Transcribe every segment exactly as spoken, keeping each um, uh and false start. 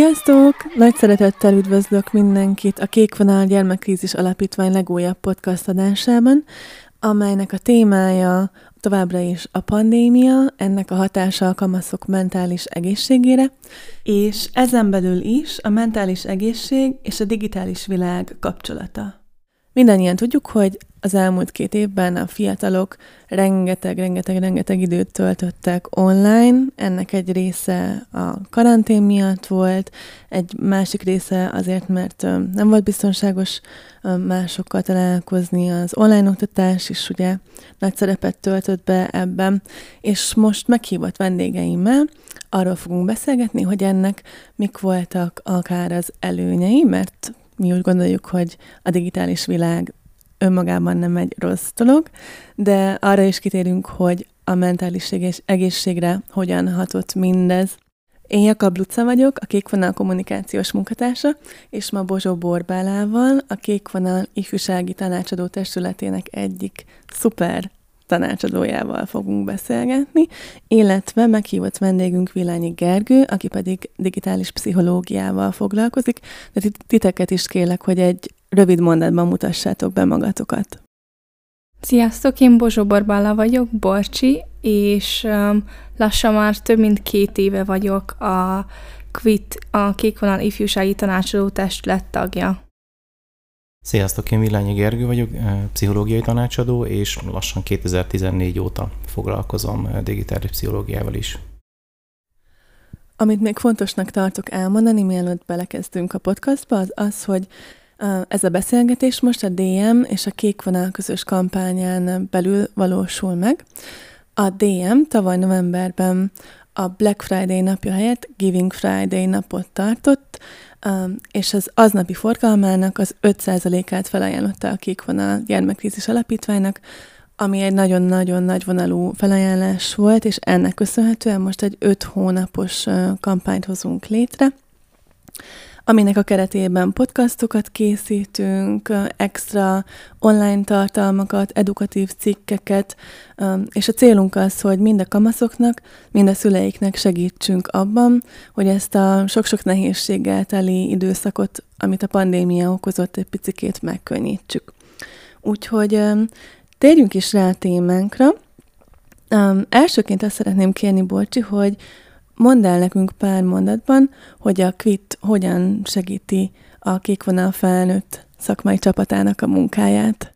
Sziasztok! Nagy szeretettel üdvözlök mindenkit a Kékvonal Gyermekkrízis Alapítvány legújabb podcast adásában, amelynek a témája továbbra is a pandémia, ennek a hatása a kamaszok mentális egészségére, és ezen belül is a mentális egészség és a digitális világ kapcsolata. Mindannyian tudjuk, hogy az elmúlt két évben a fiatalok rengeteg-rengeteg-rengeteg időt töltöttek online. Ennek egy része a karantén miatt volt, egy másik része azért, mert nem volt biztonságos másokkal találkozni. Az online oktatás is ugye nagy szerepet töltött be ebben, és most meghívott vendégeimmel arról fogunk beszélgetni, hogy ennek mik voltak akár az előnyei, mert mi úgy gondoljuk, hogy a digitális világ önmagában nem egy rossz dolog, de arra is kitérünk, hogy a mentális egészségre hogyan hatott mindez. Én Jakab Luca vagyok, a Kékvonal kommunikációs munkatársa, és ma Bozsó Borbálával, a Kékvonal ifjúsági tanácsadó testületének egyik szuper tanácsadójával fogunk beszélgetni, illetve meghívott vendégünk Villányi Gergő, aki pedig digitális pszichológiával foglalkozik, de titeket is kérlek, hogy egy rövid mondatban mutassátok be magatokat. Sziasztok, én Bozsó Borbála vagyok, Borcsi, és um, lassan már több mint két éve vagyok a kvit, a Kékvonal ifjúsági tanácsadó testület tagja. Sziasztok, én Villányi Gergő vagyok, pszichológiai tanácsadó, és lassan kétezer-tizennégy óta foglalkozom digitális pszichológiával is. Amit még fontosnak tartok elmondani, mielőtt belekezdünk a podcastba, az az, hogy ez a beszélgetés most a dé em és a Kékvonal közös kampányán belül valósul meg. A dé em tavaly novemberben a Black Friday napja helyett Giving Friday napot tartott, és az aznapi forgalmának az öt százalékát felajánlotta a Kékvonal Gyermekkrízis Alapítványnak, ami egy nagyon-nagyon nagyvonalú felajánlás volt, és ennek köszönhetően most egy öt hónapos kampányt hozunk létre, aminek a keretében podcastokat készítünk, extra online tartalmakat, edukatív cikkeket, és a célunk az, hogy mind a kamaszoknak, mind a szüleiknek segítsünk abban, hogy ezt a sok-sok nehézséggel teli időszakot, amit a pandémia okozott, egy picikét megkönnyítsük. Úgyhogy térjünk is rá a témánkra. Elsőként azt szeretném kérni, Borcsi, hogy mondd el nekünk pár mondatban, hogy a kvit hogyan segíti a Kékvonal felnőtt szakmai csapatának a munkáját.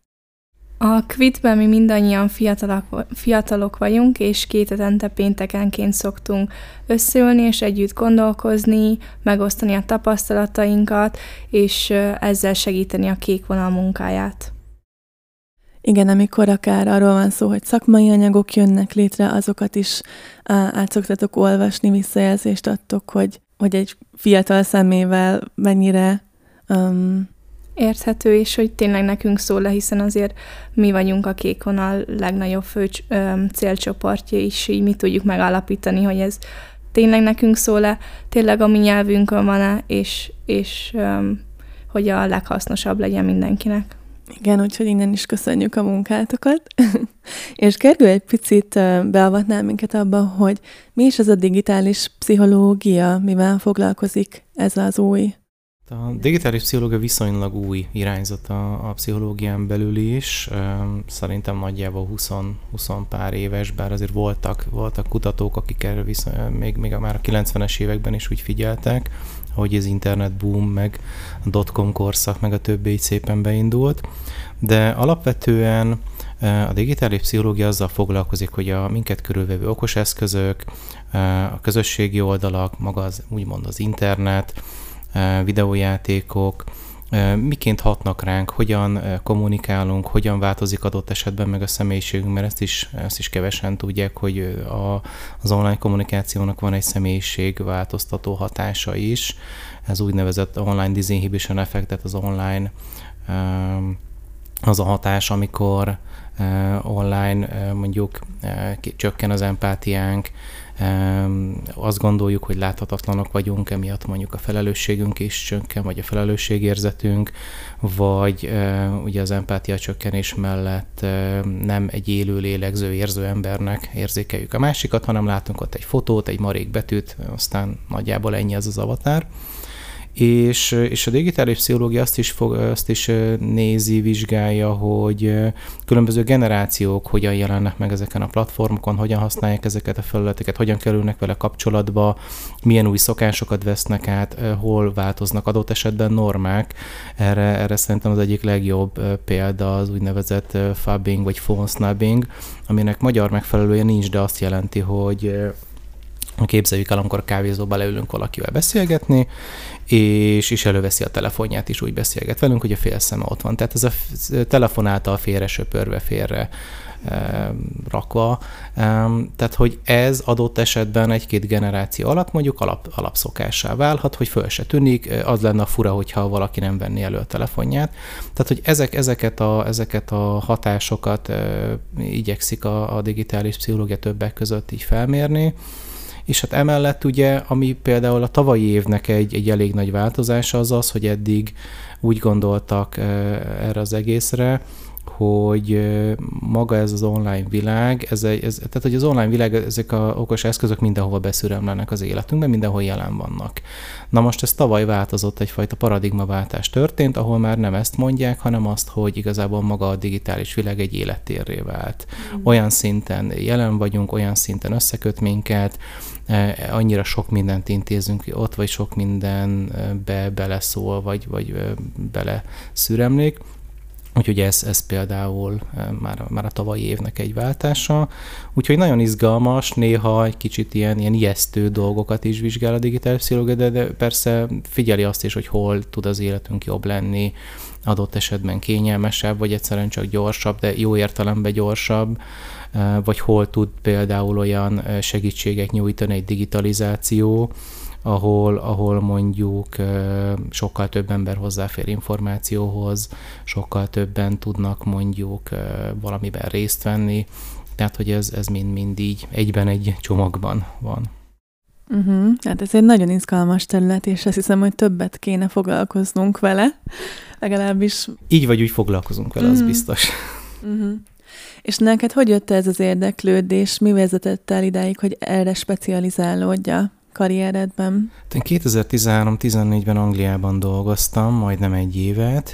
A kvitben mi mindannyian fiatalok, fiatalok vagyunk, és két hetente péntekenként szoktunk összeülni, és együtt gondolkozni, megosztani a tapasztalatainkat, és ezzel segíteni a Kékvonal munkáját. Igen, amikor akár arról van szó, hogy szakmai anyagok jönnek létre, azokat is át szoktatok olvasni, visszajelzést adtok, hogy, hogy egy fiatal szemével mennyire um... érthető, és hogy tényleg nekünk szól le, hiszen azért mi vagyunk a Kékvonal legnagyobb fő um, célcsoportja, és így mi tudjuk megállapítani, hogy ez tényleg nekünk szól le, tényleg a mi nyelvünkön van-e, és, és um, hogy a leghasznosabb legyen mindenkinek. Igen, úgyhogy innen is köszönjük a munkátokat. És Gergő, egy picit beavatnál minket abba, hogy mi is az a digitális pszichológia, mivel foglalkozik ez az új? A digitális pszichológia viszonylag új irányzat a, a pszichológián belül is. Szerintem nagyjából húsz, húsz pár éves, bár azért voltak, voltak kutatók, akik erre viszony, még, még már a kilencvenes években is úgy figyeltek, hogy az internet boom, meg a dotcom korszak, meg a többi így szépen beindult. De alapvetően a digitális pszichológia azzal foglalkozik, hogy a minket körülvevő okos eszközök, a közösségi oldalak, maga az, úgymond az internet, videójátékok, miként hatnak ránk, hogyan kommunikálunk, hogyan változik adott esetben meg a személyiségünk, mert ezt is, ezt is kevesen tudják, hogy a, az online kommunikációnak van egy személyiségváltoztató hatása is. Ez úgynevezett online disinhibition effect, tehát az online um, az a hatás, amikor uh, online uh, mondjuk uh, csökken az empátiánk, um, azt gondoljuk, hogy láthatatlanok vagyunk, emiatt mondjuk a felelősségünk is csökken, vagy a felelősségérzetünk, vagy uh, ugye az empátia csökkenés mellett uh, nem egy élő, lélegző, érző embernek érzékeljük a másikat, hanem látunk ott egy fotót, egy marék betűt, aztán nagyjából ennyi az az avatár. És, és a digitális pszichológia azt is, fog, azt is nézi, vizsgálja, hogy különböző generációk hogyan jelennek meg ezeken a platformokon, hogyan használják ezeket a felületeket, hogyan kerülnek vele kapcsolatba, milyen új szokásokat vesznek át, hol változnak adott esetben normák. Erre, erre szerintem az egyik legjobb példa az úgynevezett phubbing vagy phone snubbing, aminek magyar megfelelője nincs, de azt jelenti, hogy képzeljük el, amikor a kávézóba leülünk valakivel beszélgetni, és, és előveszi a telefonját, és úgy beszélget velünk, hogy a fél szeme ott van. Tehát ez a telefon által félre söpörve, félre e, rakva. E, tehát, hogy ez adott esetben egy-két generáció alatt mondjuk alap, alapszokássá válhat, hogy föl se tűnik, az lenne a fura, hogyha valaki nem venné elő a telefonját. Tehát, hogy ezek, ezeket, a, ezeket a hatásokat e, igyekszik a, a digitális pszichológia többek között így felmérni. És hát emellett ugye, ami például a tavalyi évnek egy, egy elég nagy változása az az, hogy eddig úgy gondoltak erre az egészre, hogy maga ez az online világ, ez egy, ez, tehát hogy az online világ, ezek az okos eszközök mindenhova beszüremlenek az életünkben, mindenhol jelen vannak. Na most ez tavaly változott, egyfajta paradigmaváltás történt, ahol már nem ezt mondják, hanem azt, hogy igazából maga a digitális világ egy élettérré vált. Mm. Olyan szinten jelen vagyunk, olyan szinten összeköt minket, annyira sok mindent intézünk ott, vagy sok mindenbe beleszól, vagy, vagy bele szüremlik. Úgyhogy ez, ez például már, már a tavalyi évnek egy váltása. Úgyhogy nagyon izgalmas, néha egy kicsit ilyen, ilyen ijesztő dolgokat is vizsgál a digitális pszichológia, de, de persze figyeli azt is, hogy hol tud az életünk jobb lenni, adott esetben kényelmesebb, vagy egyszerűen csak gyorsabb, de jó értelemben gyorsabb, vagy hol tud például olyan segítséget nyújtani egy digitalizáció, ahol, ahol mondjuk sokkal több ember hozzáfér információhoz, sokkal többen tudnak mondjuk valamiben részt venni, tehát hogy ez, ez mind-mind így egyben egy csomagban van. Uh-huh. Hát ez egy nagyon izgalmas terület, és azt hiszem, hogy többet kéne foglalkoznunk vele, legalábbis. Így vagy úgy foglalkozunk vele, uh-huh. Az biztos. Uh-huh. És neked hogy jött ez az érdeklődés, mi vezetett el idáig, hogy erre specializálódj a karrieredben? Én kétezer-tizenhárom-tizennégyben Angliában dolgoztam, majdnem egy évet,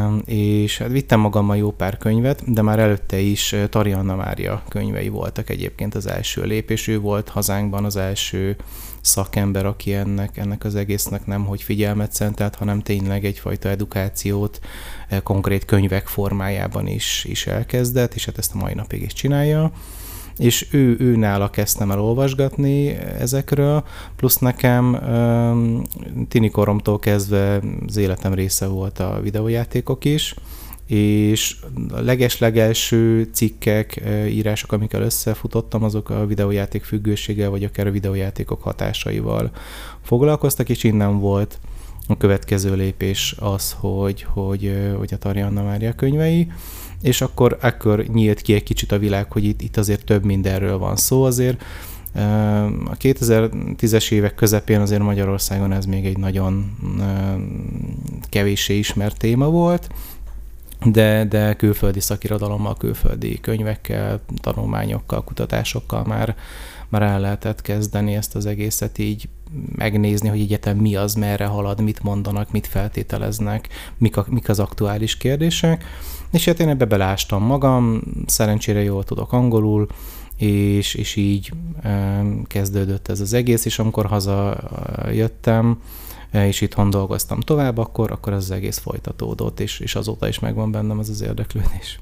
és hát vittem magammal jó pár könyvet, de már előtte is Tari Anna Mária könyvei voltak egyébként az első lépés. Ő volt hazánkban az első szakember, aki ennek, ennek az egésznek nem hogy figyelmet szentelt, hanem tényleg egyfajta edukációt konkrét könyvek formájában is, is elkezdett, és hát ezt a mai napig is csinálja. És ő, ő nála kezdtem el olvasgatni ezekről, plusz nekem um, tini koromtól kezdve az életem része volt a videójátékok is, és a leges-legelső cikkek, írások, amikkel összefutottam, azok a videójáték függőséggel, vagy akár a videójátékok hatásaival foglalkoztak, és innen volt a következő lépés az, hogy, hogy, hogy a Tari Anna Mária könyvei, és akkor, akkor nyílt ki egy kicsit a világ, hogy itt, itt azért több mindenről van szó azért. A kétezer-tízes évek közepén azért Magyarországon ez még egy nagyon kevéssé ismert téma volt, de, de külföldi szakirodalommal, külföldi könyvekkel, tanulmányokkal, kutatásokkal már, már el lehetett kezdeni ezt az egészet így megnézni, hogy egyetem mi az, merre halad, mit mondanak, mit feltételeznek, mik, a, mik az aktuális kérdések. És hát én ebbe belástam magam, szerencsére jól tudok angolul, és, és így e, kezdődött ez az egész, és amikor hazajöttem, e, és itthon dolgoztam tovább, akkor, akkor ez az egész folytatódott, és, és azóta is megvan bennem ez az érdeklődés.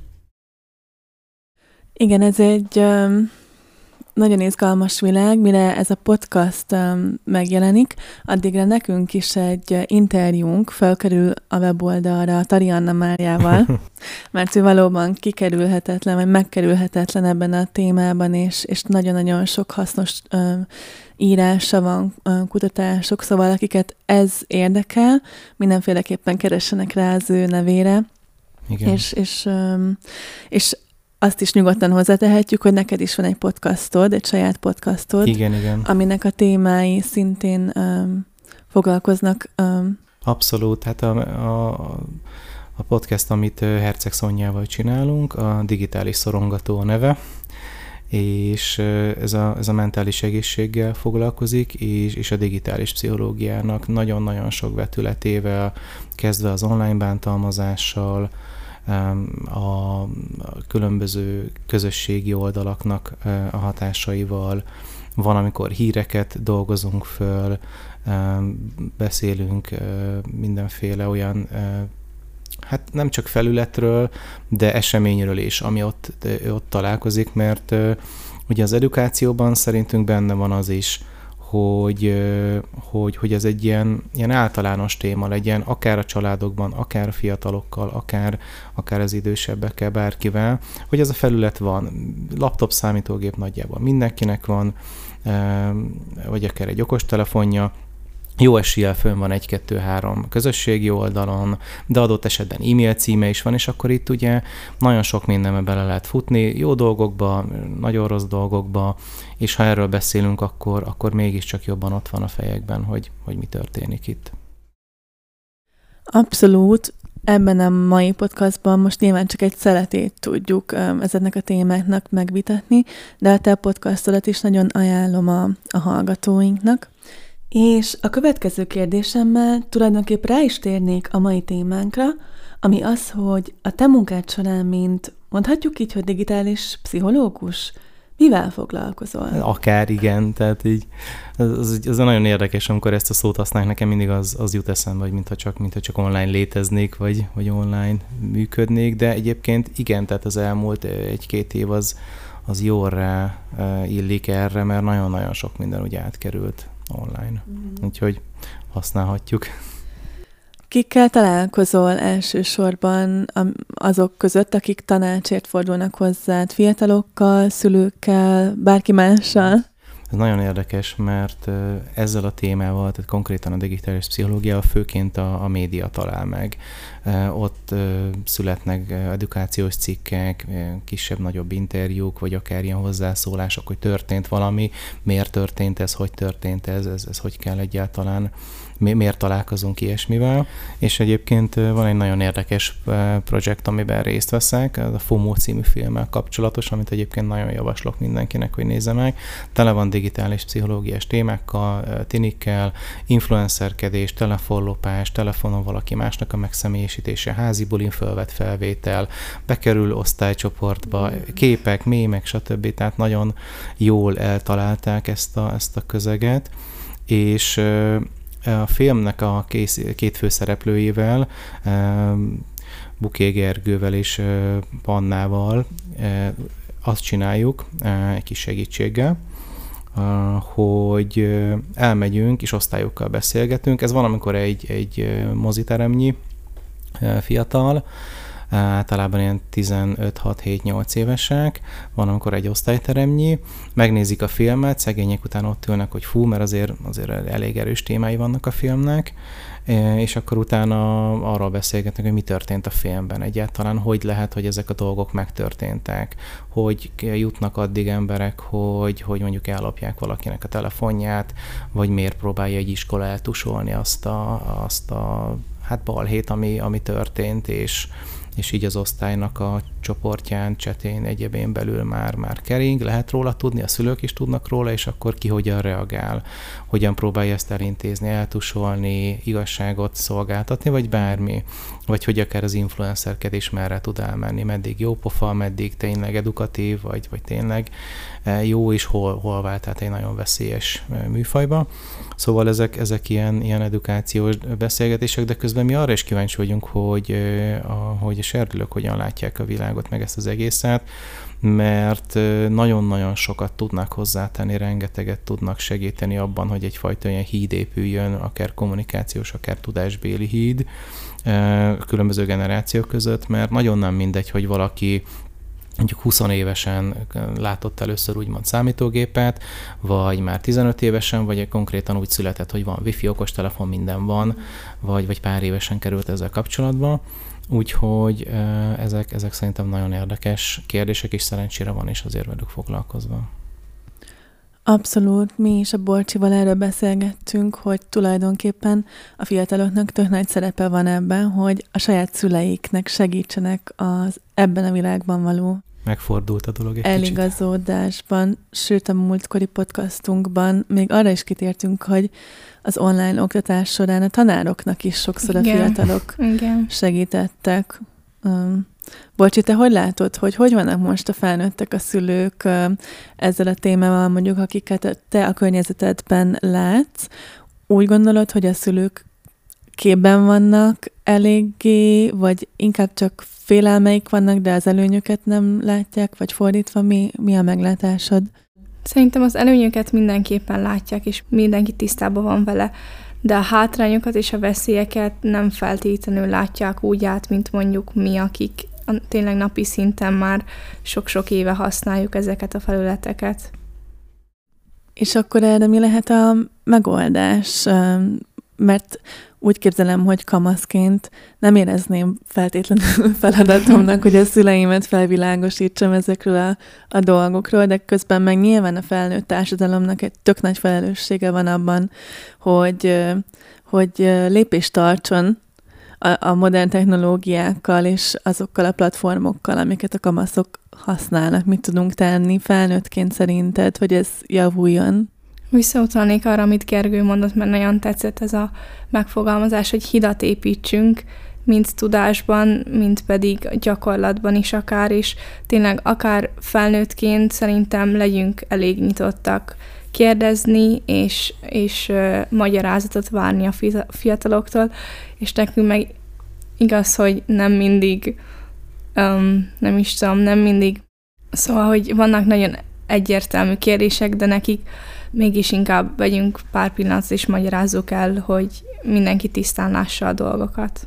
Igen, ez egy um, nagyon izgalmas világ, mire ez a podcast um, megjelenik, addigra nekünk is egy interjúnk felkerül a weboldalra Tari Anna Máriával, mert ő valóban kikerülhetetlen, vagy megkerülhetetlen ebben a témában, és, és nagyon-nagyon sok hasznos um, írása van, um, kutatások, szóval akiket ez érdekel, mindenféleképpen keressenek rá az ő nevére. Igen. És, és, és azt is nyugodtan hozzátehetjük, hogy neked is van egy podcastod, egy saját podcastod, igen, igen. aminek a témái szintén um, foglalkoznak. Um, Abszolút. Hát a, a, a podcast, amit Herceg Szonyával csinálunk, a Digitális Szorongató a neve, és ez a, ez a mentális egészséggel foglalkozik, és, és a digitális pszichológiának nagyon-nagyon sok vetületével, kezdve az online bántalmazással, a különböző közösségi oldalaknak a hatásaival, van, amikor híreket dolgozunk föl, beszélünk mindenféle olyan, hát nem csak felületről, de eseményről is, ami ott, ott találkozik, mert ugye az edukációban szerintünk benne van az is, hogy, hogy, hogy ez egy ilyen, ilyen általános téma legyen, akár a családokban, akár a fiatalokkal, akár, akár az idősebbekkel, bárkivel, hogy ez a felület van. Laptop, számítógép nagyjából mindenkinek van, vagy akár egy okostelefonja, jó eséllyel fönn van egy-kettő-három közösségi oldalon, de adott esetben e-mail címe is van, és akkor itt ugye nagyon sok mindenbe bele lehet futni, jó dolgokba, nagyon rossz dolgokba, és ha erről beszélünk, akkor, akkor mégiscsak jobban ott van a fejekben, hogy, hogy mi történik itt. Abszolút. Ebben a mai podcastban most nyilván csak egy szeletét tudjuk ezeknek a témáknak megvitatni, de a te podcastodat is nagyon ajánlom a, a hallgatóinknak. És a következő kérdésemmel tulajdonképp rá is térnék a mai témánkra, ami az, hogy a te munkád során, mint mondhatjuk így, hogy digitális pszichológus, mivel foglalkozol? Akár igen, tehát így, az, az nagyon érdekes, amikor ezt a szót használják, nekem mindig az, az jut eszembe, hogy mintha csak, mintha csak online léteznék, vagy, vagy online működnék, de egyébként igen, tehát az elmúlt egy-két év az, az jól rá illik erre, mert nagyon-nagyon sok minden ugye átkerült online. Mm. Úgyhogy használhatjuk. Kikkel találkozol elsősorban azok között, akik tanácsért fordulnak hozzád? Fiatalokkal, szülőkkel, bárki mással? Ez nagyon érdekes, mert ezzel a témával, tehát konkrétan a digitális pszichológia főként a, a média talál meg. Ott születnek edukációs cikkek, kisebb-nagyobb interjúk, vagy akár ilyen hozzászólások, hogy történt valami, miért történt ez, hogy történt ez, ez, ez hogy kell egyáltalán, mi, miért találkozunk ilyesmivel. És egyébként van egy nagyon érdekes projekt, amiben részt veszek, a FOMO című filmmel kapcsolatos, amit egyébként nagyon javaslok mindenkinek, hogy nézze meg. Tele van digitális pszichológiás témákkal, tinikkel, influencerkedés, telefonlopás, telefonon valaki másnak a megszemélyesítése, házi bulin fölvett felvétel, bekerül osztálycsoportba, képek, mémek, stb. Tehát nagyon jól eltalálták ezt a, ezt a közeget, és a filmnek a kész, két főszereplőjével, Buké Gergővel és Pannával azt csináljuk egy kis segítséggel, hogy elmegyünk és osztályokkal beszélgetünk. Ez van, amikor egy, egy moziteremnyi fiatal, általában ilyen tizenöt hat hét nyolc évesek, van, amikor egy osztályteremnyi, megnézik a filmet, szegények után ott ülnek, hogy fú, mert azért, azért elég erős témái vannak a filmnek, és akkor utána arról beszélgetnek, hogy mi történt a filmben egyáltalán, hogy lehet, hogy ezek a dolgok megtörténtek, hogy jutnak addig emberek, hogy, hogy mondjuk ellopják valakinek a telefonját, vagy miért próbálja egy iskola eltusolni azt a, azt a hát balhét, ami, ami történt, és és így az osztálynak a csoportján, csetén, egyébén belül már, már kering, lehet róla tudni, a szülők is tudnak róla, és akkor ki hogyan reagál, hogyan próbálja ezt elintézni, eltusolni, igazságot szolgáltatni, vagy bármi, vagy hogy akár az influencerkedés merre tud elmenni, meddig jó pofa, meddig tényleg edukatív, vagy, vagy tényleg jó, és hol, hol vált át egy nagyon veszélyes műfajba. Szóval ezek, ezek ilyen, ilyen edukációs beszélgetések, de közben mi arra is kíváncsi vagyunk, hogy, hogy a serdülők hogyan látják a világot, meg ezt az egészet, mert nagyon-nagyon sokat tudnak hozzátenni, rengeteget tudnak segíteni abban, hogy egyfajta ilyen híd épüljön, akár kommunikációs, akár tudásbéli híd különböző generációk között, mert nagyon nem mindegy, hogy valaki mondjuk húsz évesen látott először úgymond számítógépet, vagy már tizenöt évesen, vagy konkrétan úgy született, hogy van wifi, okostelefon, minden van, vagy, vagy pár évesen került ezzel kapcsolatba. Úgyhogy ezek, ezek szerintem nagyon érdekes kérdések, és szerencsére van is azért velük foglalkozva. Abszolút, mi is a Borcsival erről beszélgettünk, hogy tulajdonképpen a fiataloknak tök nagy szerepe van ebben, hogy a saját szüleiknek segítsenek az ebben a világban való megfordult a dolog egy eligazódásban. Kicsit. Sőt, a múltkori podcastunkban még arra is kitértünk, hogy az online oktatás során a tanároknak is sokszor Igen. a fiatalok Igen. segítettek. Um, Bocsi, te hogy látod, hogy hogy vannak most a felnőttek, a szülők um, ezzel a témával, mondjuk, akiket te a környezetedben látsz? Úgy gondolod, hogy a szülők képben vannak eléggé, vagy inkább csak félelmeik vannak, de az előnyöket nem látják, vagy fordítva, mi, mi a meglátásod? Szerintem az előnyöket mindenképpen látják, és mindenki tisztában van vele, de a hátrányokat és a veszélyeket nem feltétlenül látják úgy át, mint mondjuk mi, akik tényleg napi szinten már sok-sok éve használjuk ezeket a felületeket. És akkor erre mi lehet a megoldás? Mert úgy képzelem, hogy kamaszként nem érezném feltétlenül feladatomnak, hogy a szüleimet felvilágosítsam ezekről a, a dolgokról, de közben meg nyilván a felnőtt társadalomnak egy tök nagy felelőssége van abban, hogy, hogy lépést tartson a, a modern technológiákkal és azokkal a platformokkal, amiket a kamaszok használnak. Mit tudunk tenni felnőttként szerinted, hogy ez javuljon? Visszautalnék arra, amit Gergő mondott, mert nagyon tetszett ez a megfogalmazás, hogy hidat építsünk, mint tudásban, mint pedig gyakorlatban is akár, és tényleg akár felnőttként szerintem legyünk elég nyitottak kérdezni, és, és uh, magyarázatot várni a fiataloktól, és nekünk meg igaz, hogy nem mindig, um, nem is tudom, nem mindig, szóval, hogy vannak nagyon egyértelmű kérdések, de nekik mégis inkább vegyünk pár pillanatot, és magyarázzuk el, hogy mindenki tisztán lássa a dolgokat.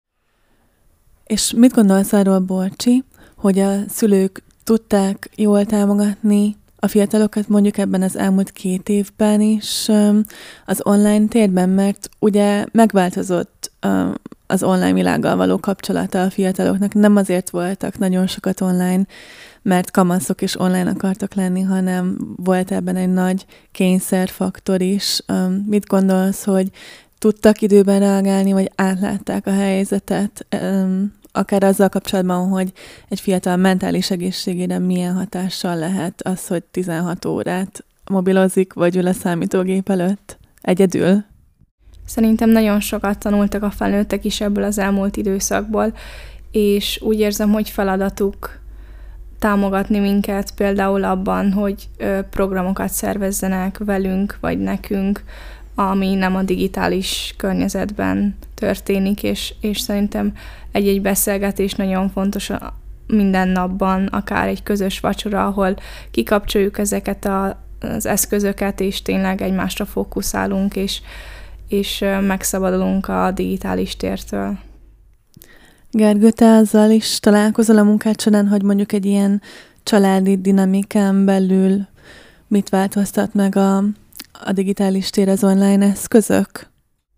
És mit gondolsz arról, Borcsi, hogy a szülők tudták jól támogatni a fiatalokat mondjuk ebben az elmúlt két évben is az online térben, mert ugye megváltozott az online világgal való kapcsolata a fiataloknak. Nem azért voltak nagyon sokat online, mert kamaszok is online akartak lenni, hanem volt ebben egy nagy kényszerfaktor is. Mit gondolsz, hogy tudtak időben reagálni, vagy átlátták a helyzetet, akár azzal kapcsolatban, hogy egy fiatal mentális egészségére milyen hatással lehet az, hogy tizenhat órát mobilozik, vagy ül a számítógép előtt egyedül? Szerintem nagyon sokat tanultak a felnőttek is ebből az elmúlt időszakból, és úgy érzem, hogy feladatuk támogatni minket például abban, hogy ö, programokat szervezzenek velünk, vagy nekünk, ami nem a digitális környezetben történik, és, és szerintem egy-egy beszélgetés nagyon fontos minden napban, akár egy közös vacsora, ahol kikapcsoljuk ezeket a, az eszközöket, és tényleg egymásra fókuszálunk, és, és megszabadulunk a digitális tértől. Gergő, te azzal is találkozol a munkád során, hogy mondjuk egy ilyen családi dinamikán belül mit változtat meg a, a digitális tér, az online eszközök?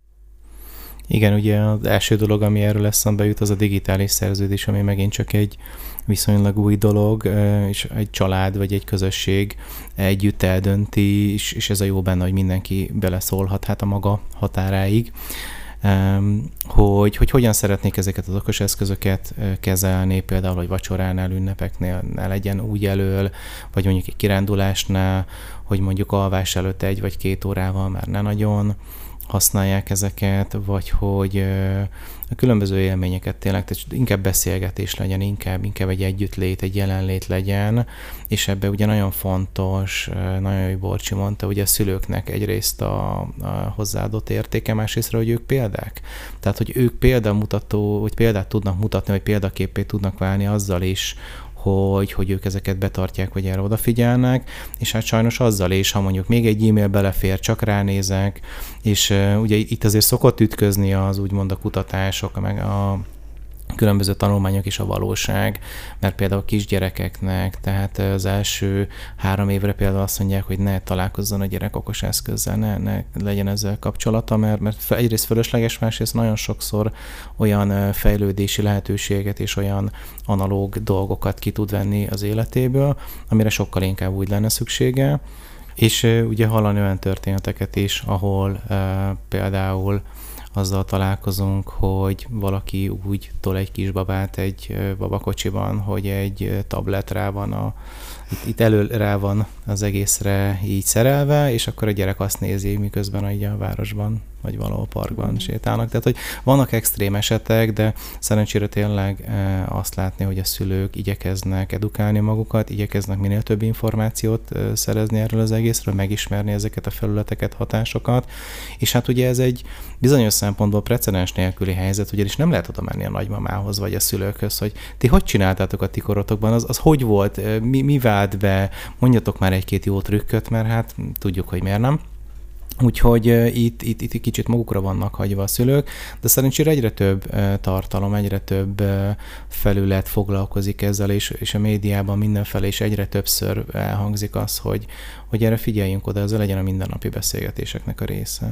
Igen, ugye az első dolog, ami erről eszembe jut, az a digitális szerződés, ami megint csak egy viszonylag új dolog, és egy család vagy egy közösség együtt eldönti, és, és ez a jó benne, hogy mindenki beleszólhat hát a maga határáig. Hogy, hogy hogyan szeretnék ezeket az okos eszközöket kezelni, például, hogy vacsoránál, ünnepeknél ne legyen úgy elől, vagy mondjuk egy kirándulásnál, hogy mondjuk alvás előtt egy vagy két órával már ne nagyon használják ezeket, vagy hogy a különböző élményeket tényleg, tehát inkább beszélgetés legyen, inkább, inkább egy együttlét, egy jelenlét legyen, és ebbe ugye nagyon fontos, nagyon jó Borcsi mondta, ugye a szülőknek egyrészt a, a hozzáadott értéke, másrészt, hogy ők példák. Tehát, hogy ők példamutató, vagy példát tudnak mutatni, vagy példaképét tudnak válni azzal is, hogy, hogy ők ezeket betartják, vagy erre odafigyelnek, és hát sajnos azzal is, ha mondjuk még egy e-mail belefér, csak ránézek, és uh, ugye itt azért szokott ütközni az úgymond a kutatások, meg a különböző tanulmányok is a valóság, mert például kisgyerekeknek, tehát az első három évre például azt mondják, hogy ne találkozzon a gyerek okos eszközzel, ne, ne legyen ezzel kapcsolata, mert, mert egyrészt fölösleges, másrészt nagyon sokszor olyan fejlődési lehetőséget és olyan analóg dolgokat ki tud venni az életéből, amire sokkal inkább úgy lenne szüksége. És ugye hallani olyan történeteket is, ahol például azzal találkozunk, hogy valaki úgy tol egy kisbabát egy babakocsiban, hogy egy tablet rá van, a, itt, itt elő rá van az egészre így szerelve, és akkor a gyerek azt nézi, miközben így a városban, vagy valahol parkban mm. sétálnak. Tehát, hogy vannak extrém esetek, de szerencsére tényleg azt látni, hogy a szülők igyekeznek edukálni magukat, igyekeznek minél több információt szerezni erről az egészről, megismerni ezeket a felületeket, hatásokat, és hát ugye ez egy bizonyos szempontból precedens nélküli helyzet, ugyanis nem lehet oda menni a nagymamához, vagy a szülőkhöz, hogy ti hogy csináltátok a ti korotokban, az, az hogy volt, mi, mi vált be, mondjatok már egy-két jó trükköt, mert hát tudjuk, hogy miért nem. Úgyhogy uh, itt, itt, itt kicsit magukra vannak hagyva a szülők, de szerencsére egyre több uh, tartalom, egyre több uh, felület foglalkozik ezzel, és, és a médiában mindenfelé is egyre többször elhangzik az, hogy, hogy erre figyeljünk oda, ez legyen a mindennapi beszélgetéseknek a része.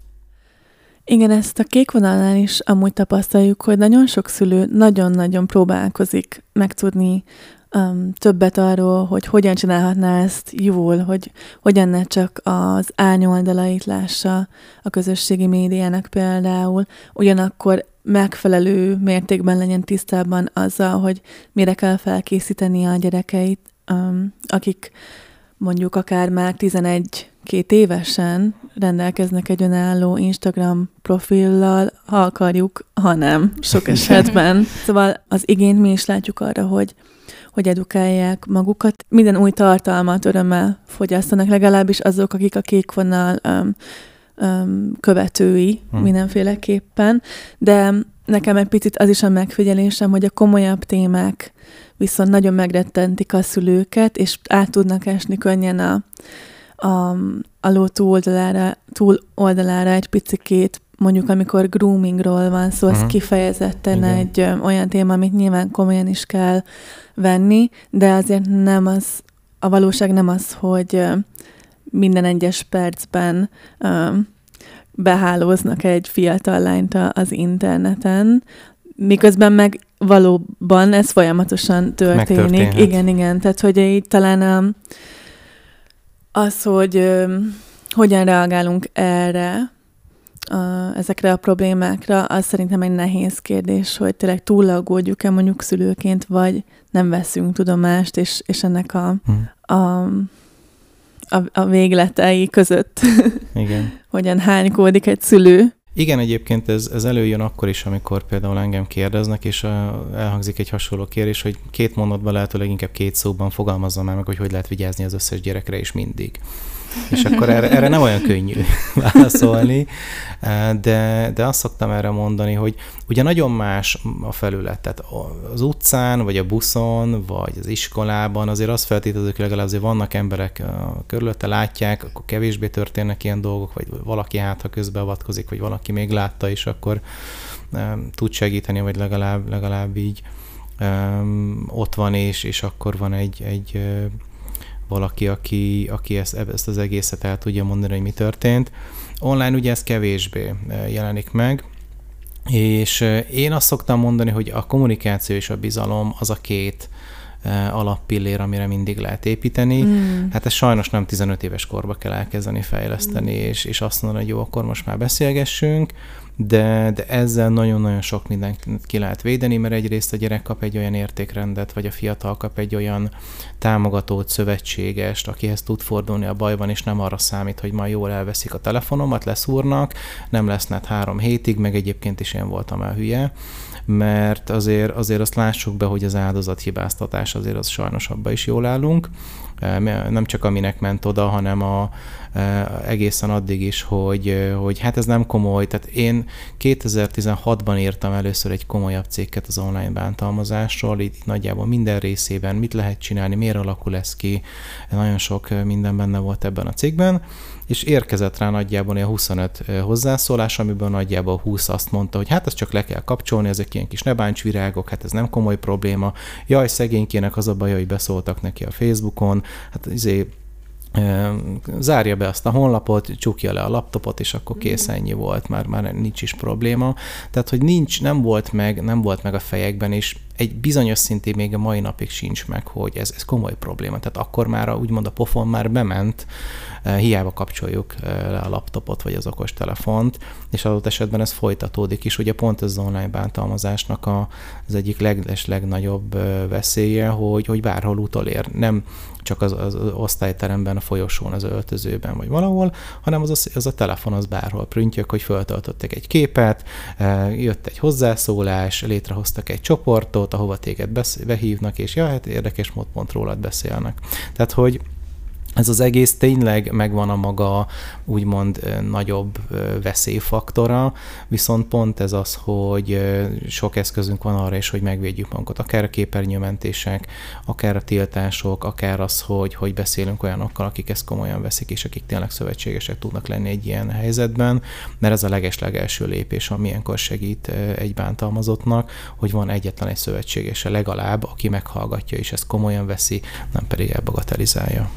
Igen, ezt a kék vonalnál is amúgy tapasztaljuk, hogy nagyon sok szülő nagyon-nagyon próbálkozik megtudni Um, többet arról, hogy hogyan csinálhatná ezt jól, hogy hogyan ne csak az árnyoldalait lássa a közösségi médiának például, ugyanakkor megfelelő mértékben legyen tisztában azzal, hogy mire kell felkészíteni a gyerekeit, um, akik mondjuk akár már tizenegy-két évesen rendelkeznek egy önálló Instagram profillal, ha akarjuk, ha nem, sok esetben. Szóval az igényt mi is látjuk arra, hogy hogy edukálják magukat. Minden új tartalmat örömmel fogyasztanak, legalábbis azok, akik a kék vonal um, um, követői hmm. mindenféleképpen, de nekem egy picit az is a megfigyelésem, hogy a komolyabb témák viszont nagyon megrettentik a szülőket, és át tudnak esni könnyen a, a, a ló túloldalára, túloldalára egy picikét, mondjuk amikor groomingról van szó, uh-huh. az kifejezetten Igen. egy ö, olyan téma, amit nyilván komolyan is kell venni, de azért nem az, a valóság nem az, hogy ö, minden egyes percben ö, behálóznak egy fiatal lányt az interneten, miközben meg valóban ez folyamatosan történik. Igen, igen, tehát hogy így talán ö, az, hogy ö, hogyan reagálunk erre, A, ezekre a problémákra, az szerintem egy nehéz kérdés, hogy tényleg túllaggódjuk-e mondjuk szülőként, vagy nem veszünk tudomást, és, és ennek a, hmm. a, a, a végletei között Igen. hogyan hánykódik egy szülő. Igen, egyébként ez, ez előjön akkor is, amikor például engem kérdeznek, és a, elhangzik egy hasonló kérdés, hogy két mondatban, lehetőleg inkább két szóban fogalmazzam már meg, hogy hogy lehet vigyázni az összes gyerekre, és mindig. És akkor erre, erre nem olyan könnyű válaszolni, de, de azt szoktam erre mondani, hogy ugye nagyon más a felület, tehát az utcán, vagy a buszon, vagy az iskolában azért azt feltételezik, hogy legalább azért vannak emberek körülötte, látják, akkor kevésbé történnek ilyen dolgok, vagy valaki hát, ha közbeavatkozik, vagy valaki még látta, és akkor um, tud segíteni, vagy legalább, legalább így um, ott van, és, és akkor van egy, egy uh, valaki, aki, aki ezt, ezt az egészet el tudja mondani, hogy mi történt. Online ugye ez kevésbé jelenik meg, és én azt szoktam mondani, hogy a kommunikáció és a bizalom az a két alappillér, amire mindig lehet építeni. Mm. Hát ez sajnos nem tizenöt éves korba kell elkezdeni fejleszteni, mm. és, és azt mondani, hogy jó, akkor most már beszélgessünk, de, de ezzel nagyon-nagyon sok mindent ki lehet védeni, mert egyrészt a gyerek kap egy olyan értékrendet, vagy a fiatal kap egy olyan támogatót, szövetségest, akihez tud fordulni a bajban, és nem arra számít, hogy majd jól elveszik a telefonomat, leszúrnak, nem lesz net három hétig, meg egyébként is én voltam el hülye, mert azért, azért azt lássuk be, hogy az áldozathibáztatás azért az sajnos abba is jól állunk, nem csak aminek ment oda, hanem a, egészen addig is, hogy, hogy hát ez nem komoly. Tehát én kétezer-tizenhatban írtam először egy komolyabb cikket az online bántalmazásról, itt nagyjából minden részében, mit lehet csinálni, miért alakul ez ki, nagyon sok minden benne volt ebben a cikkben, és érkezett rá nagyjából ilyen huszonöt hozzászólás, amiből nagyjából húsz azt mondta, hogy hát ezt csak le kell kapcsolni, ezek ilyen kis nebáncsvirágok, hát ez nem komoly probléma, jaj, szegénykének az a baj, hogy beszóltak neki a Facebookon, hát izé, zárja be azt a honlapot, csukja le a laptopot, és akkor kész, ennyi volt, már, már nincs is probléma. Tehát, hogy nincs, nem volt meg, nem volt meg a fejekben, és egy bizonyos szintén még a mai napig sincs meg, hogy ez, ez komoly probléma. Tehát akkor már, úgymond a pofon már bement, hiába kapcsoljuk le a laptopot, vagy az okostelefont, és adott esetben ez folytatódik is. Ugye pont az online bántalmazásnak a, az egyik leg, legnagyobb veszélye, hogy, hogy bárhol utolér. Nem csak az, az osztályteremben, a folyosón, az öltözőben, vagy valahol, hanem az a, az a telefon az bárhol prüntjök, hogy föltöltöttek egy képet, jött egy hozzászólás, létrehoztak egy csoportot, ahova téged besz- behívnak, és ja, hát érdekes mód pont rólad beszélnek. Tehát, hogy ez az egész tényleg megvan a maga úgymond nagyobb veszélyfaktora, viszont pont ez az, hogy sok eszközünk van arra is, hogy megvédjük magunkat. Akár a képernyőmentések, akár a tiltások, akár az, hogy, hogy beszélünk olyanokkal, akik ezt komolyan veszik, és akik tényleg szövetségesek tudnak lenni egy ilyen helyzetben, mert ez a leges-legelső lépés, ami ilyenkor segít egy bántalmazottnak, hogy van egyetlen egy szövetségese legalább, aki meghallgatja, és ezt komolyan veszi, nem pedig elbagatelizálja.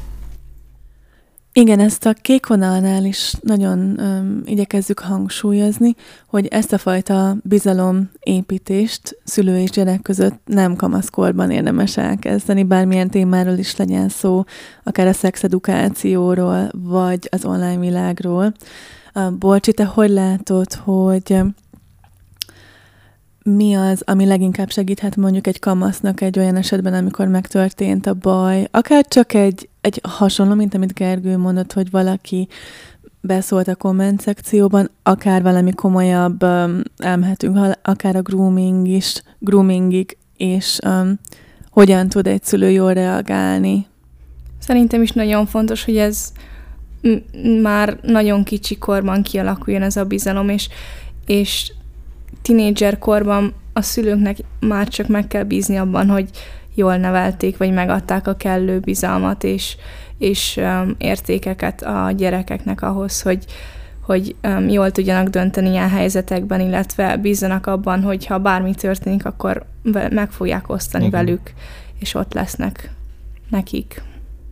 Igen, ezt a kék vonalnál is nagyon um, igyekezzük hangsúlyozni, hogy ezt a fajta bizalomépítést szülő és gyerek között nem kamaszkorban érdemes elkezdeni, bármilyen témáról is legyen szó, akár a szexedukációról, vagy az online világról. Uh, Bolcsi, te hogy látod, hogy mi az, ami leginkább segíthet mondjuk egy kamasznak egy olyan esetben, amikor megtörtént a baj, akár csak egy, egy hasonló, mint amit Gergő mondott, hogy valaki beszólt a komment szekcióban, akár valami komolyabb, um, elmehetünk, akár a grooming is, groomingig, és um, hogyan tud egy szülő jól reagálni? Szerintem is nagyon fontos, hogy ez m- már nagyon kicsi korban kialakuljon ez a bizalom, és, és tínédzser korban a szülőknek már csak meg kell bízni abban, hogy jól nevelték, vagy megadták a kellő bizalmat és, és um, értékeket a gyerekeknek ahhoz, hogy, hogy um, jól tudjanak dönteni ilyen helyzetekben, illetve bízzanak abban, hogy ha bármi történik, akkor meg fogják osztani Igen. velük, és ott lesznek nekik.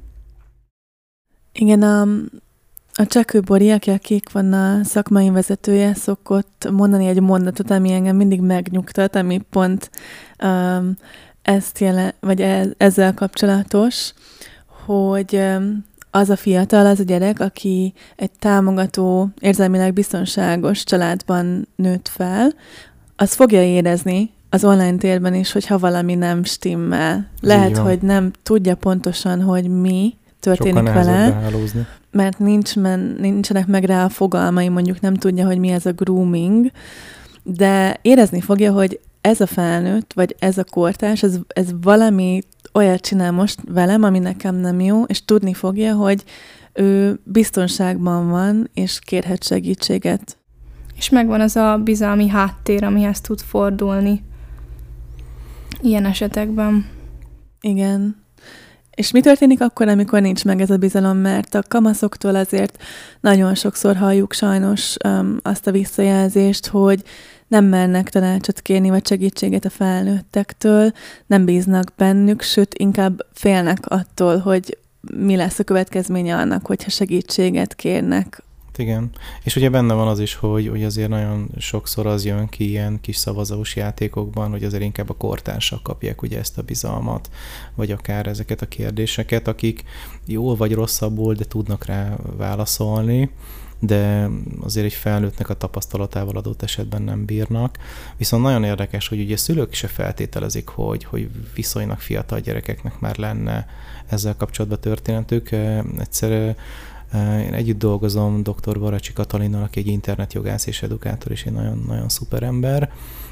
Igen, a... A Csekő Bori, aki a Kék Vonal szakmai vezetője, szokott mondani egy mondatot, ami engem mindig megnyugtat, ami pont um, ezt jelen, vagy e, ezzel kapcsolatos, hogy um, az a fiatal, az a gyerek, aki egy támogató, érzelmileg biztonságos családban nőtt fel, az fogja érezni az online térben is, hogyha valami nem stimmel. Lehet, hogy nem tudja pontosan, hogy mi történik vele, mert nincs men, nincsenek meg rá a fogalmai, mondjuk nem tudja, hogy mi ez a grooming, de érezni fogja, hogy ez a felnőtt, vagy ez a kortárs, ez, ez valami olyat csinál most velem, ami nekem nem jó, és tudni fogja, hogy ő biztonságban van, és kérhet segítséget. És megvan az a bizalmi háttér, amihez tud fordulni ilyen esetekben. Igen. És mi történik akkor, amikor nincs meg ez a bizalom, mert a kamaszoktól azért nagyon sokszor halljuk sajnos um, azt a visszajelzést, hogy nem mernek tanácsot kérni, vagy segítséget a felnőttektől, nem bíznak bennük, sőt, inkább félnek attól, hogy mi lesz a következménye annak, hogyha segítséget kérnek. Igen. És ugye benne van az is, hogy, hogy azért nagyon sokszor az jön ki ilyen kis szavazós játékokban, hogy azért inkább a kortársak kapják ugye ezt a bizalmat, vagy akár ezeket a kérdéseket, akik jól vagy rosszabbul, de tudnak rá válaszolni, de azért egy felnőttnek a tapasztalatával adott esetben nem bírnak. Viszont nagyon érdekes, hogy ugye szülők se feltételezik, hogy, hogy viszonylag fiatal gyerekeknek már lenne ezzel kapcsolatban történetük. Egyszer én együtt dolgozom doktor Varacsi Katalinnal, aki egy internetjogász és edukátor, és egy nagyon, nagyon szuper ember,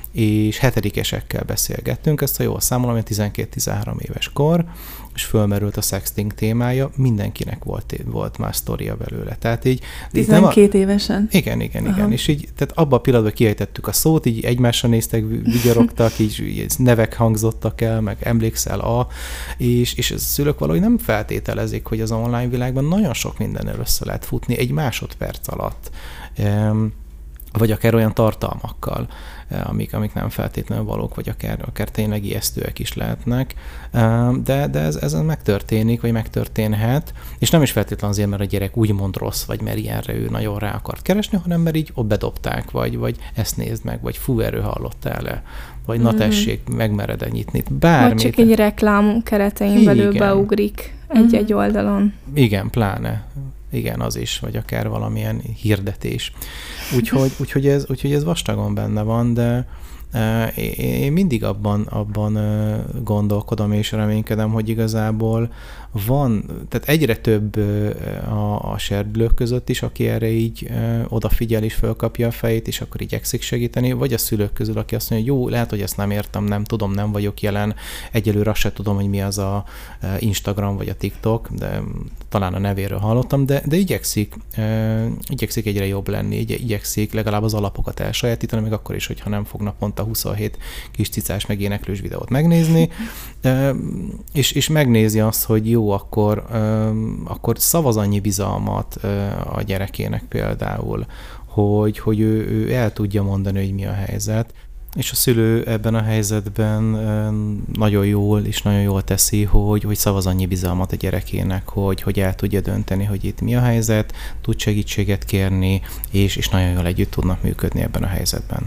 és hetedikesekkel beszélgettünk, ezt ha jól számolom, hogy tizenkét-tizenhárom éves kor, és fölmerült a sexting témája, mindenkinek volt, volt már sztoria belőle. Tehát így... tizenkét a... évesen? Igen, igen, Aha. igen. És így, tehát abban a pillanatban kiejtettük a szót, így egymásra néztek, vigyorogtak, így, így nevek hangzottak el, meg emlékszel a, és, és a szülők valahogy nem feltételezik, hogy az online világban nagyon sok mindennel össze lehet futni egy másodperc alatt. Um, vagy akár olyan tartalmakkal, amik, amik nem feltétlenül valók, vagy akár, akár tényleg ijesztőek is lehetnek, de, de ez, ez megtörténik, vagy megtörténhet, és nem is feltétlenül azért, mert a gyerek úgymond rossz, vagy mert ilyenre ő nagyon rá akart keresni, hanem mert így ott bedobták, vagy, vagy ezt nézd meg, vagy fú, erről hallottál-e, vagy mm-hmm. na tessék, megmered-e nyitni, bármit. Vagy csak egy reklám keretein belül beugrik egy-egy oldalon. Igen, pláne. Igen, az is, vagy akár valamilyen hirdetés. Úgyhogy, úgyhogy, ez, úgyhogy ez vastagon benne van, de uh, én mindig abban, abban uh, gondolkodom és reménykedem, hogy igazából van, tehát egyre több uh, a, a serdülők között is, aki erre így uh, odafigyel és fölkapja a fejét, és akkor igyekszik segíteni, vagy a szülők közül, aki azt mondja, hogy jó, lehet, hogy ezt nem értem, nem tudom, nem vagyok jelen, egyelőre azt se tudom, hogy mi az a Instagram vagy a TikTok, de talán a nevéről hallottam, de, de igyekszik, uh, igyekszik egyre jobb lenni, igy, igyekszik legalább az alapokat elsajátítani, még akkor is, hogyha nem fog naponta huszonhét kis cicás meg éneklős videót megnézni, uh, és, és megnézi azt, hogy jó, akkor, uh, akkor szavaz annyi bizalmat uh, a gyerekének például, hogy, hogy ő, ő el tudja mondani, hogy mi a helyzet. És a szülő ebben a helyzetben nagyon jól és nagyon jól teszi, hogy, hogy szavaz annyi bizalmat a gyerekének, hogy, hogy el tudja dönteni, hogy itt mi a helyzet, tud segítséget kérni, és, és nagyon jól együtt tudnak működni ebben a helyzetben.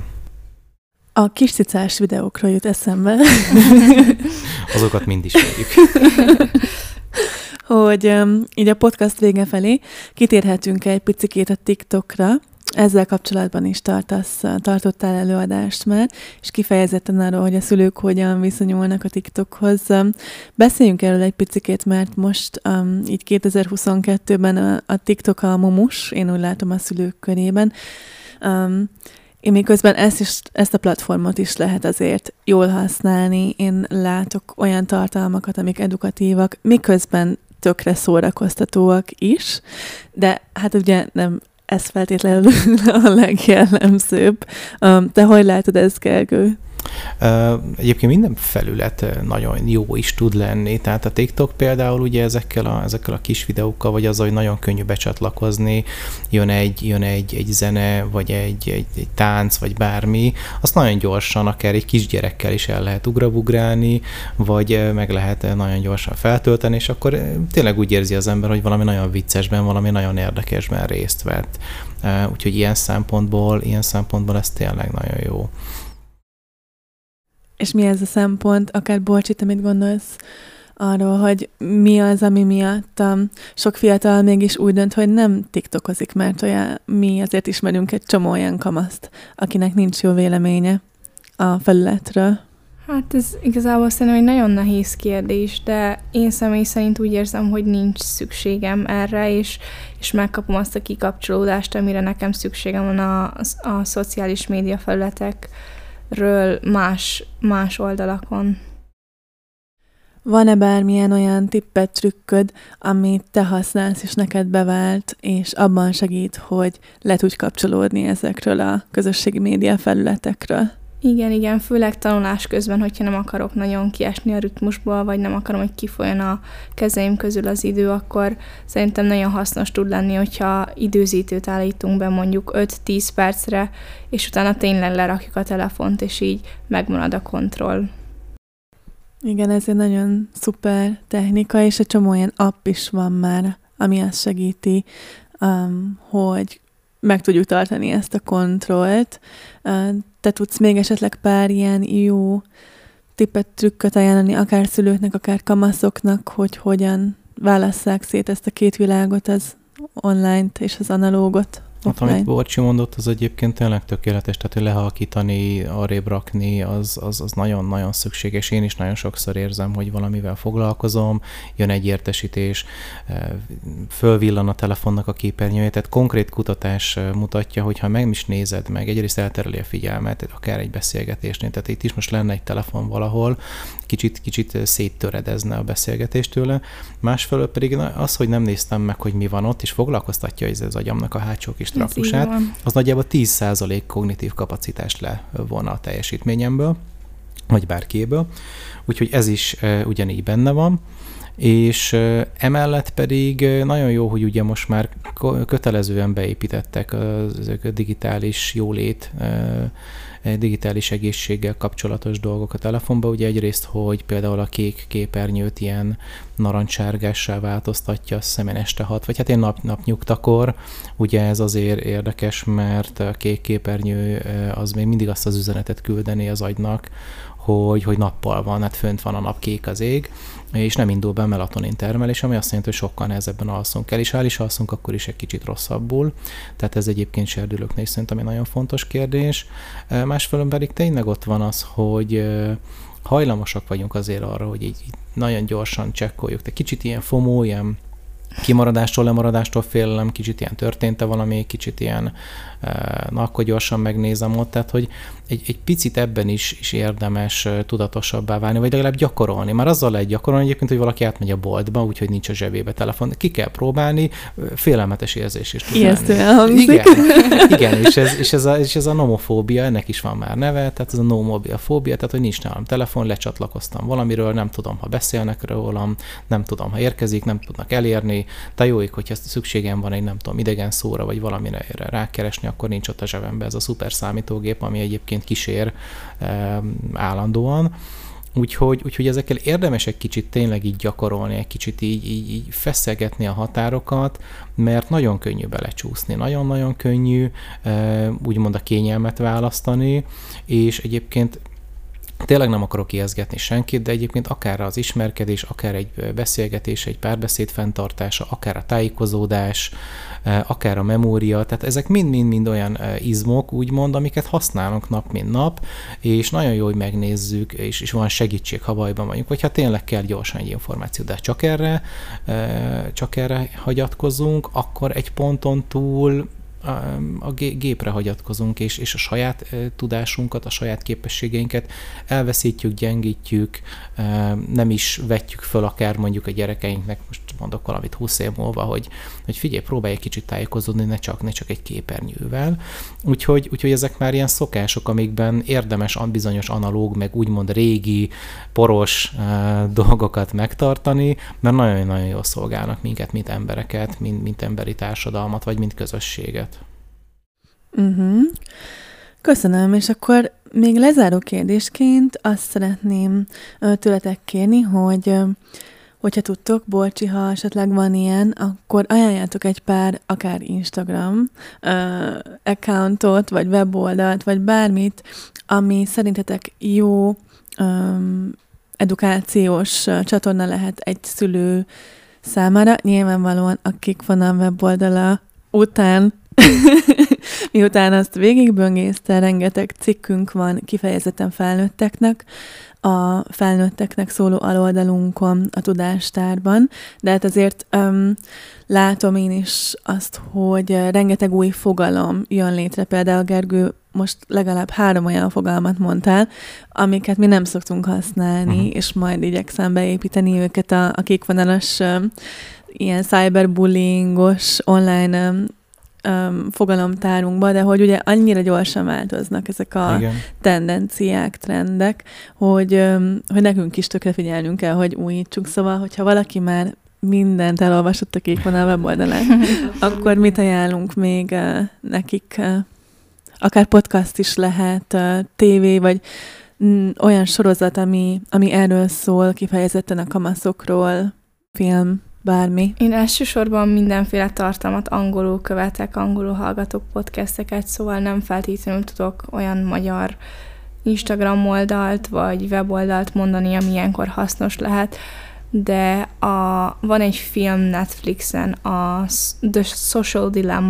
A kis cicás videókról jut eszembe. Azokat mind ismerjük. Hogy um, így a podcast vége felé kitérhetünk egy picikét a TikTokra. Ezzel kapcsolatban is tartasz, tartottál előadást már, és kifejezetten arról, hogy a szülők hogyan viszonyulnak a TikTokhoz. Beszéljünk erről egy picikét, mert most um, így kétezer-huszonkettőben a, a TikTok a mumus, én úgy látom a szülők körében. Um, én miközben ezt, is, ezt a platformot is lehet azért jól használni. Én látok olyan tartalmakat, amik edukatívak, miközben tökre szórakoztatóak is, de hát ugye nem ez feltétlenül a legjellemzőbb. Te hogy látod ezt, Gergő? Egyébként minden felület nagyon jó is tud lenni, tehát a TikTok például ugye ezekkel a, ezekkel a kis videókkal, vagy azzal, hogy nagyon könnyű becsatlakozni, jön egy, jön egy, egy zene, vagy egy, egy, egy tánc, vagy bármi, azt nagyon gyorsan, akár egy kisgyerekkel is el lehet ugrabugrálni, vagy meg lehet nagyon gyorsan feltölteni, és akkor tényleg úgy érzi az ember, hogy valami nagyon viccesben, valami nagyon érdekesben részt vett. Úgyhogy ilyen szempontból, ilyen szempontból ez tényleg nagyon jó. És mi ez a szempont? Akár Bolcsi, te mit gondolsz arról, hogy mi az, ami miatt um, sok fiatal mégis úgy dönt, hogy nem tiktokozik, mert olyan, mi azért ismerünk egy csomó olyan kamaszt, akinek nincs jó véleménye a felületről. Hát ez igazából szerintem egy nagyon nehéz kérdés, de én személy szerint úgy érzem, hogy nincs szükségem erre, és, és megkapom azt a kikapcsolódást, amire nekem szükségem van a, a, a szociális média felületekről más, más oldalakon. Van-e bármilyen olyan tippet, trükköd, amit te használsz, és neked bevált, és abban segít, hogy le tudj kapcsolódni ezekről a közösségi média felületekről? Igen, igen, főleg tanulás közben, hogyha nem akarok nagyon kiesni a ritmusból, vagy nem akarom, hogy kifolyjon a kezeim közül az idő, akkor szerintem nagyon hasznos tud lenni, hogyha időzítőt állítunk be mondjuk öt-tíz percre, és utána tényleg lerakjuk a telefont, és így megmarad a kontroll. Igen, ez egy nagyon szuper technika, és egy csomó olyan app is van már, ami azt segíti, um, hogy meg tudjuk tartani ezt a kontrollt. Te tudsz még esetleg pár ilyen jó tippet, trükköt ajánlani, akár szülőknek, akár kamaszoknak, hogy hogyan válasszák szét ezt a két világot, az online-t és az analógot? Hát, amit Borcsi mondott, az egyébként tényleg tökéletes, tehát hogy lehalkítani, arrébb rakni, az, az, az nagyon-nagyon szükséges. Én is nagyon sokszor érzem, hogy valamivel foglalkozom, jön egy értesítés, fölvillan a telefonnak a képernyője, tehát konkrét kutatás mutatja, hogy ha meg is nézed meg, egyrészt eltereli a figyelmet, akár egy beszélgetésnél, tehát itt is most lenne egy telefon valahol, kicsit, kicsit széttöredezne a beszélgetést tőle. Másfelől pedig az, hogy nem néztem meg, hogy mi van ott, és foglalkoztatja ez az agyamnak a hátsó kis traktusát, az nagyjából tíz százalék kognitív kapacitást levonna a teljesítményemből, vagy bárkéből. Úgyhogy ez is e, ugyanígy benne van. És e, emellett pedig nagyon jó, hogy ugye most már kötelezően beépítettek az, a digitális jólét, e, digitális egészséggel kapcsolatos dolgok a telefonba. Ugye egyrészt, hogy például a kék képernyőt ilyen narancsárgássá változtatja, azt hiszem én este hat, vagy hát én nap, napnyugtakor. Ugye ez azért érdekes, mert a kék képernyő az még mindig azt az üzenetet küldeni az agynak, hogy, hogy nappal van, hát fönt van a nap, kék az ég, és nem indul be a melatonin termelés, ami azt jelenti, hogy sokkal nehezebben alszunk el, és ha el is alszunk, akkor is egy kicsit rosszabbul. Tehát ez egyébként serdülőknél szerintem egy nagyon fontos kérdés. Másfelől pedig tényleg ott van az, hogy hajlamosak vagyunk azért arra, hogy így nagyon gyorsan csekkoljuk. De kicsit ilyen FOMO, ilyen kimaradástól, lemaradástól félelem, kicsit ilyen történt-e valami, kicsit ilyen, na akkor gyorsan megnézem ott, tehát hogy egy, egy picit ebben is, is érdemes tudatosabbá válni, vagy legalább gyakorolni. Már azzal lehet gyakorolni egyébként, hogy valaki átmegy a boltba, úgyhogy nincs a zsebébe telefon. Ki kell próbálni, félelmetes érzés is tud lenni. Igen, igen és, ez, és, ez a, és ez a nomofóbia, ennek is van már neve, tehát ez a nomobiafóbia, tehát hogy nincs nálam telefon, lecsatlakoztam valamiről, nem tudom, ha beszélnek rólam, nem tudom, ha érkezik, nem tudnak elérni, de jó ég, hogyha szükségem van egy, nem tudom, idegen szóra, vagy valamire rákeresni, akkor nincs ott a zsebemben ez a szuper számítógép, ami egyébként kísér e, állandóan. Úgyhogy, úgyhogy ezekkel érdemes egy kicsit tényleg így gyakorolni, egy kicsit így, így, így feszegetni a határokat, mert nagyon könnyű belecsúszni, nagyon-nagyon könnyű e, úgymond a kényelmet választani, és egyébként tényleg nem akarok ijesztgetni senkit, de egyébként akár az ismerkedés, akár egy beszélgetés, egy párbeszéd fenntartása, akár a tájékozódás, akár a memória, tehát ezek mind-mind-mind olyan izmok, úgymond, amiket használunk nap, mint nap, és nagyon jó, hogy megnézzük, és, és van segítség, ha bajban vagyunk, vagy ha tényleg kell gyorsan egy információ, de csak erre, csak erre hagyatkozunk, akkor egy ponton túl a gépre hagyatkozunk, és, és a saját tudásunkat, a saját képességeinket elveszítjük, gyengítjük, nem is vetjük föl akár mondjuk a gyerekeinknek, most mondok valamit húsz év múlva, hogy, hogy figyelj, próbálj egy kicsit tájékozódni, ne csak, ne csak egy képernyővel. Úgyhogy, úgyhogy ezek már ilyen szokások, amikben érdemes bizonyos analóg, meg úgymond régi, poros dolgokat megtartani, mert nagyon-nagyon jól szolgálnak minket, mint embereket, mint, mint emberi társadalmat, vagy mint közösséget. Uh-huh. Köszönöm, és akkor még lezáró kérdésként azt szeretném tőletek kérni, hogy hogyha tudtok, Bolcsi, ha esetleg van ilyen, akkor ajánljátok egy pár, akár Instagram uh, accountot, vagy weboldalt, vagy bármit, ami szerintetek jó um, edukációs csatorna lehet egy szülő számára. Nyilvánvalóan a Kékvonal weboldala után miután azt végigböngészte, rengeteg cikkünk van kifejezetten felnőtteknek, a felnőtteknek szóló aloldalunkon, a Tudástárban, de hát azért um, látom én is azt, hogy rengeteg új fogalom jön létre, például Gergő, most legalább három olyan fogalmat mondtál, amiket mi nem szoktunk használni, uh-huh. és majd igyekszem beépíteni őket a, a kékvonalas um, ilyen cyberbullyingos online um, Um, fogalomtárunkba, de hogy ugye annyira gyorsan változnak ezek a Igen. tendenciák, trendek, hogy, um, hogy nekünk is tökre figyelnünk kell, hogy újítsuk. Szóval, hogyha valaki már mindent elolvasott a Kékvonal weboldalán, akkor mit ajánlunk még uh, nekik? Uh, akár podcast is lehet, uh, tévé, vagy mm, olyan sorozat, ami, ami erről szól, kifejezetten a kamaszokról, film, bármi. Én elsősorban mindenféle tartalmat angolul követek, angolul hallgatok podcasteket, szóval nem feltétlenül tudok olyan magyar Instagram oldalt, vagy weboldalt mondani, ami ilyenkor hasznos lehet, de a, van egy film Netflixen, a The Social Dilemma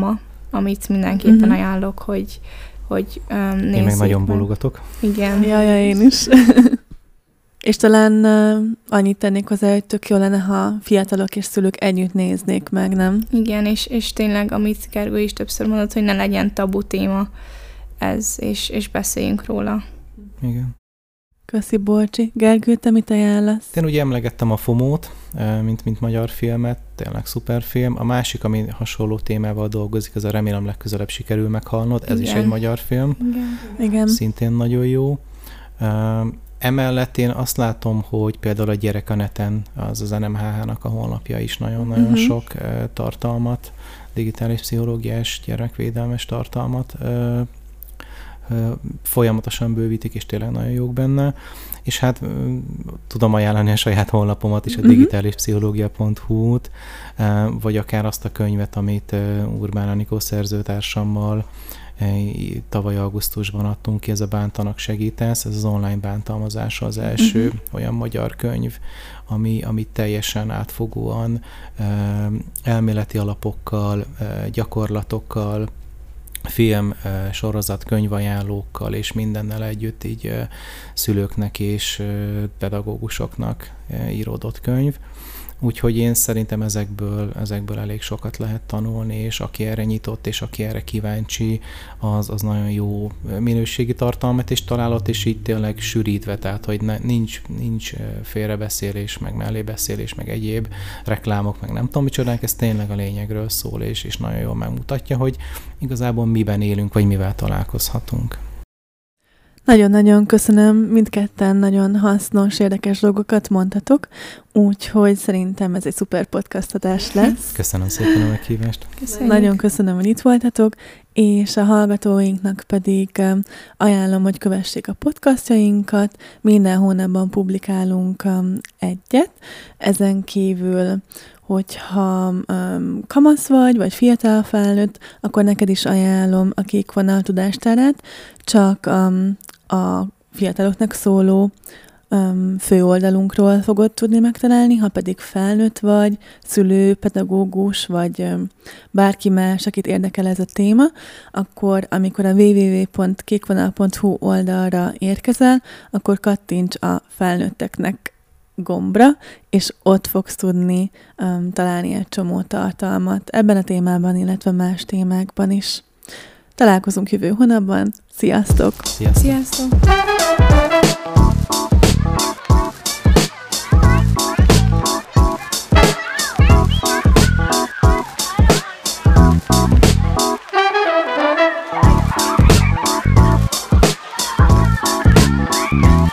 amit mindenképpen Mhm. ajánlok, hogy, hogy um, nézzék Én meg nagyon meg. bólogatok. Igen. Ja, ja, én is. És talán uh, annyit tennék hozzá, hogy tök jó lenne, ha fiatalok és szülők együtt néznék meg, nem? Igen, és, és tényleg, amit Gergő is többször mondott, hogy ne legyen tabu téma ez, és, és beszéljünk róla. Igen. Köszi, Bolcsi. Gergő, te mit ajánlasz? Én ugye emlegettem a FOMO-t, mint, mint magyar filmet, tényleg szuper film. A másik, ami hasonló témával dolgozik, az a Remélem legközelebb sikerül meghalnod. Ez Igen. is egy magyar film. Igen. Igen. Szintén nagyon jó. Emellett én azt látom, hogy például a Gyerek a neten, az az en em há há-nak a honlapja is nagyon-nagyon Mhm. sok tartalmat, digitális pszichológiás gyerekvédelmes tartalmat folyamatosan bővítik, és tényleg nagyon jók benne. És hát tudom ajánlani a saját honlapomat is, a Uh-huh. digitális pszichológia pont hú-t, vagy akár azt a könyvet, amit Urbán Anikó szerzőtársammal tavaly augusztusban adtunk ki, ez a Bántanak segítesz, ez az online bántalmazása az első uh-huh. olyan magyar könyv, ami, ami teljesen átfogóan elméleti alapokkal, gyakorlatokkal, film, sorozat, könyvajánlókkal és mindennel együtt így szülőknek és pedagógusoknak íródott könyv. Úgyhogy én szerintem ezekből, ezekből elég sokat lehet tanulni, és aki erre nyitott, és aki erre kíváncsi, az, az nagyon jó minőségi tartalmat is találott, és így tényleg sűrítve, tehát hogy ne, nincs, nincs félrebeszélés, meg mellébeszélés, meg egyéb reklámok, meg nem tudom micsodák, ez tényleg a lényegről szól, és, és nagyon jól megmutatja, hogy igazából miben élünk, vagy mivel találkozhatunk. Nagyon-nagyon köszönöm, mindketten nagyon hasznos, érdekes dolgokat mondhatok, úgyhogy szerintem ez egy szuper podcast adás lesz. Köszönöm szépen a meghívást. Köszönjük. Nagyon köszönöm, hogy itt voltatok, és a hallgatóinknak pedig um, ajánlom, hogy kövessék a podcastjainkat, minden hónapban publikálunk um, egyet, ezen kívül hogyha um, kamasz vagy, vagy fiatal felnőtt, akkor neked is ajánlom a Kék Vonal Tudástárát, csak um, a fiataloknak szóló um, főoldalunkról fogod tudni megtalálni, ha pedig felnőtt vagy, szülő, pedagógus, vagy um, bárki más, akit érdekel ez a téma, akkor amikor a double-u double-u double-u pont kékvonal pont hú oldalra érkezel, akkor kattints a felnőtteknek gombra, és ott fogsz tudni um, találni egy csomó tartalmat ebben a témában, illetve más témákban is. Találkozunk jövő hónapban. Sziasztok! Sziasztok! Sziasztok! Thank you.